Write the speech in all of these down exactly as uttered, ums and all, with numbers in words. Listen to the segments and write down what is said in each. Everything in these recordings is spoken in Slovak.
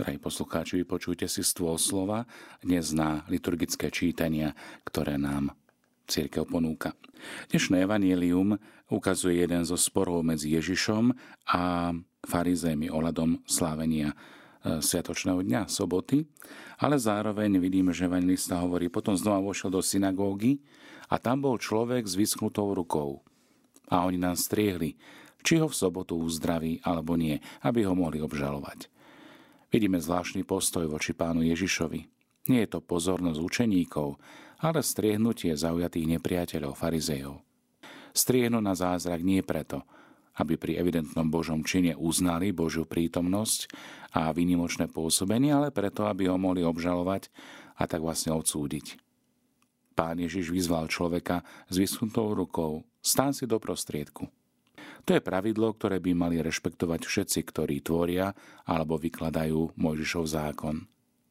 Drahí poslucháči, vypočujte si stôl slova dnes na liturgické čítania, ktoré nám cirkev ponúka. Dnešné evanjelium ukazuje jeden zo sporov medzi Ježišom a farizejmi ohľadom slávenia sviatočného dňa, soboty, ale zároveň vidíme, že evanjelista hovorí, potom znova vošiel do synagógy a tam bol človek s vyschnutou rukou. A oni nám striehli, či ho v sobotu uzdraví alebo nie, aby ho mohli obžalovať. Vidíme zvláštny postoj voči pánu Ježišovi. Nie je to pozornosť učeníkov, ale striehnutie zaujatých nepriateľov, farizejov. Striehnu na zázrak nie preto, aby pri evidentnom Božom čine uznali Božiu prítomnosť a výnimočné pôsobenie, ale preto, aby ho mohli obžalovať a tak vlastne odsúdiť. Pán Ježiš vyzval človeka s vyschnutou rukou, stáň si do prostriedku. To je pravidlo, ktoré by mali rešpektovať všetci, ktorí tvoria alebo vykladajú Mojžišov zákon.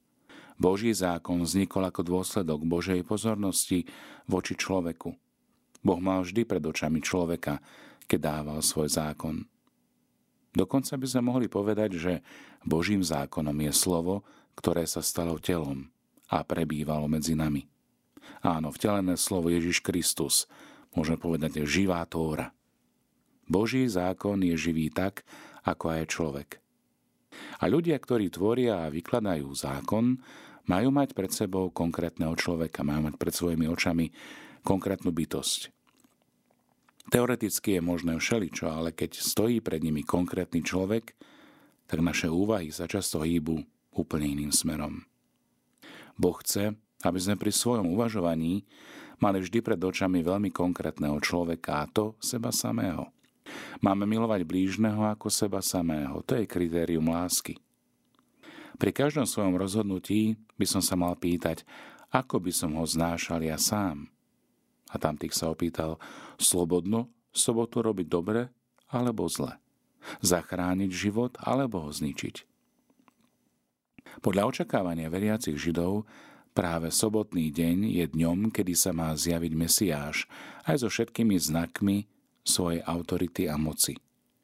Boží zákon vznikol ako dôsledok Božej pozornosti voči človeku. Boh mal vždy pred očami človeka, keď dával svoj zákon. Dokonca by sme mohli povedať, že Božím zákonom je slovo, ktoré sa stalo telom a prebývalo medzi nami. Áno, vtelené slovo Ježiš Kristus, môžeme povedať, je živá Tóra. Boží zákon je živý tak, ako aj človek. A ľudia, ktorí tvoria a vykladajú zákon, majú mať pred sebou konkrétneho človeka, majú mať pred svojimi očami konkrétnu bytosť. Teoreticky je možné všeličo, ale keď stojí pred nimi konkrétny človek, tak naše úvahy sa často hýbu úplne iným smerom. Boh chce, aby sme pri svojom uvažovaní mali vždy pred očami veľmi konkrétneho človeka, a to seba samého. Máme milovať blížneho ako seba samého. To je kritérium lásky. Pri každom svojom rozhodnutí by som sa mal pýtať, ako by som ho znášal ja sám. A tamtých sa opýtal, slobodno sobotu robiť dobre alebo zle. Zachrániť život alebo ho zničiť. Podľa očakávania veriacich Židov práve sobotný deň je dňom, kedy sa má zjaviť Mesiáš aj so všetkými znakmi svojej autority a moci.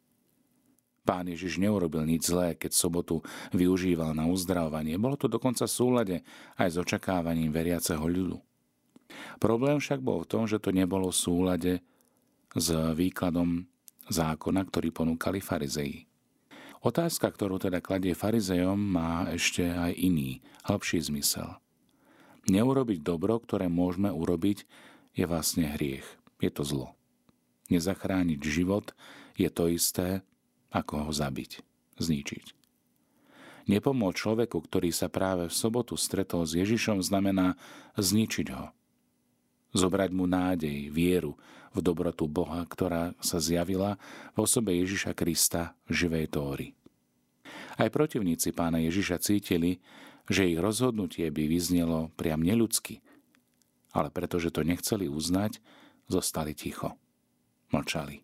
Pán Ježiš neurobil nič zlé, keď sobotu využíval na uzdravovanie. Bolo to dokonca v súlade aj s očakávaním veriaceho ľudu. Problém však bol v tom, že to nebolo v súlade s výkladom zákona, ktorý ponúkali farizeji. Otázka, ktorú teda kladie farizejom, má ešte aj iný, hlbší zmysel. Neurobiť dobro, ktoré môžeme urobiť, je vlastne hriech. Je to zlo. Nezachrániť život je to isté, ako ho zabiť, zničiť. Nepomôcť človeku, ktorý sa práve v sobotu stretol s Ježišom, znamená zničiť ho. Zobrať mu nádej, vieru v dobrotu Boha, ktorá sa zjavila v osobe Ježiša Krista, živej Tóry. Aj protivníci pána Ježiša cítili, že ich rozhodnutie by vyznelo priam neľudsky, ale pretože to nechceli uznať, zostali ticho. Mlčali.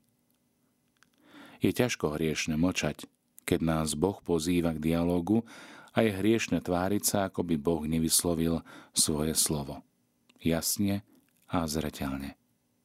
Je ťažko hriešne mlčať, keď nás Boh pozýva k dialógu, a je hriešne tváriť sa, ako by Boh nevyslovil svoje slovo. Jasne a zreteľne.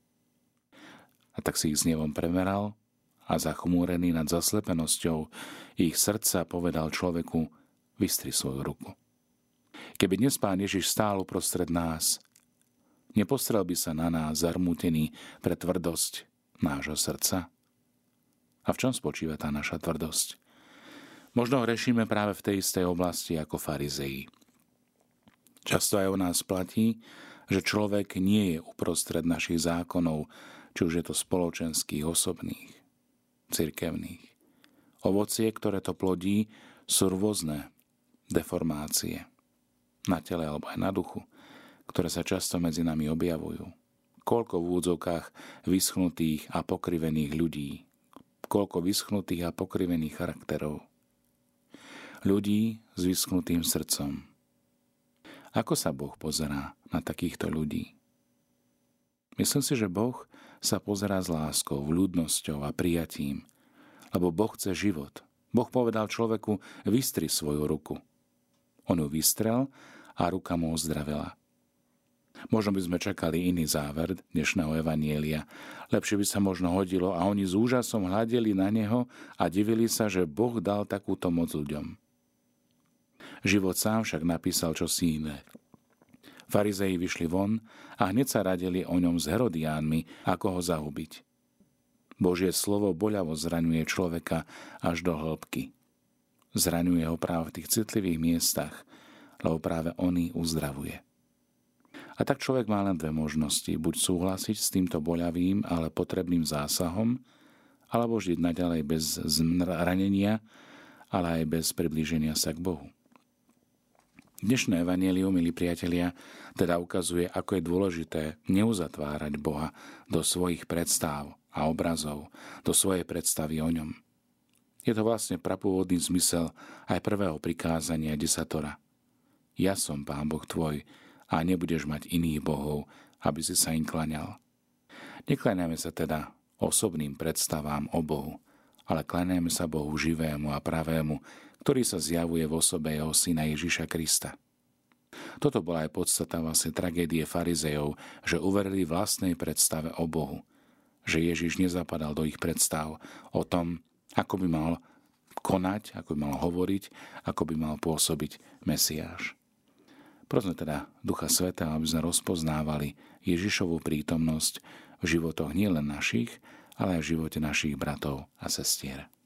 A tak si ich s hnevom premeral a zachmúrený nad zaslepenosťou ich srdca povedal človeku, vystri svoju ruku. Keby dnes Pán Ježiš stál uprostred nás, nepostrel by sa na nás zarmútený pre tvrdosť nášho srdca? A v čom spočíva tá naša tvrdosť? Možno hrešíme práve v tej istej oblasti ako farizeji. Často aj o nás platí, že človek nie je uprostred našich zákonov, či už je to spoločenských, osobných, cirkevných. Ovocie, ktoré to plodí, sú rôzne deformácie na tele alebo aj na duchu, ktoré sa často medzi nami objavujú. Koľko v úvodzovkách vyschnutých a pokrivených ľudí, koľko vyschnutých a pokrivených charakterov. Ľudí s vyschnutým srdcom. Ako sa Boh pozerá na takýchto ľudí? Myslím si, že Boh sa pozerá s láskou, vľúdnosťou a prijatím, lebo Boh chce život. Boh povedal človeku, vystri svoju ruku. On ju vystrel a ruka mu ozdravela. Možno by sme čakali iný záver dnešného evanjelia. Lepšie by sa možno hodilo a oni s úžasom hľadeli na neho a divili sa, že Boh dal takúto moc ľuďom. Život sám však napísal čosi iné. Farizei vyšli von a hneď sa radili o ňom s Herodiánmi, ako ho zahubiť. Božie slovo boľavo zraňuje človeka až do hĺbky. Zraňuje ho práve v tých citlivých miestach, lebo práve on uzdravuje. A tak človek má len dve možnosti, buď súhlasiť s týmto boľavým, ale potrebným zásahom, alebo žiť naďalej bez zranenia, ale aj bez priblíženia sa k Bohu. Dnešné evanjelium, milí priatelia, teda ukazuje, ako je dôležité neuzatvárať Boha do svojich predstáv a obrazov, do svojej predstavy o ňom. Je to vlastne prapôvodný zmysel aj prvého prikázania desatora. Ja som Pán Boh tvoj, a nebudeš mať iných bohov, aby si sa im klaňal. Nekláňame sa teda osobným predstavám o Bohu, ale kláňame sa Bohu živému a pravému, ktorý sa zjavuje v osobe jeho syna Ježiša Krista. Toto bola aj podstata vlastne tragédie farizejov, že uverili vlastnej predstave o Bohu, že Ježiš nezapadal do ich predstav o tom, ako by mal konať, ako by mal hovoriť, ako by mal pôsobiť Mesiáš. Prosme teda Ducha Svätého, aby sme rozpoznávali Ježišovu prítomnosť v životoch nielen našich, ale aj v živote našich bratov a sestier.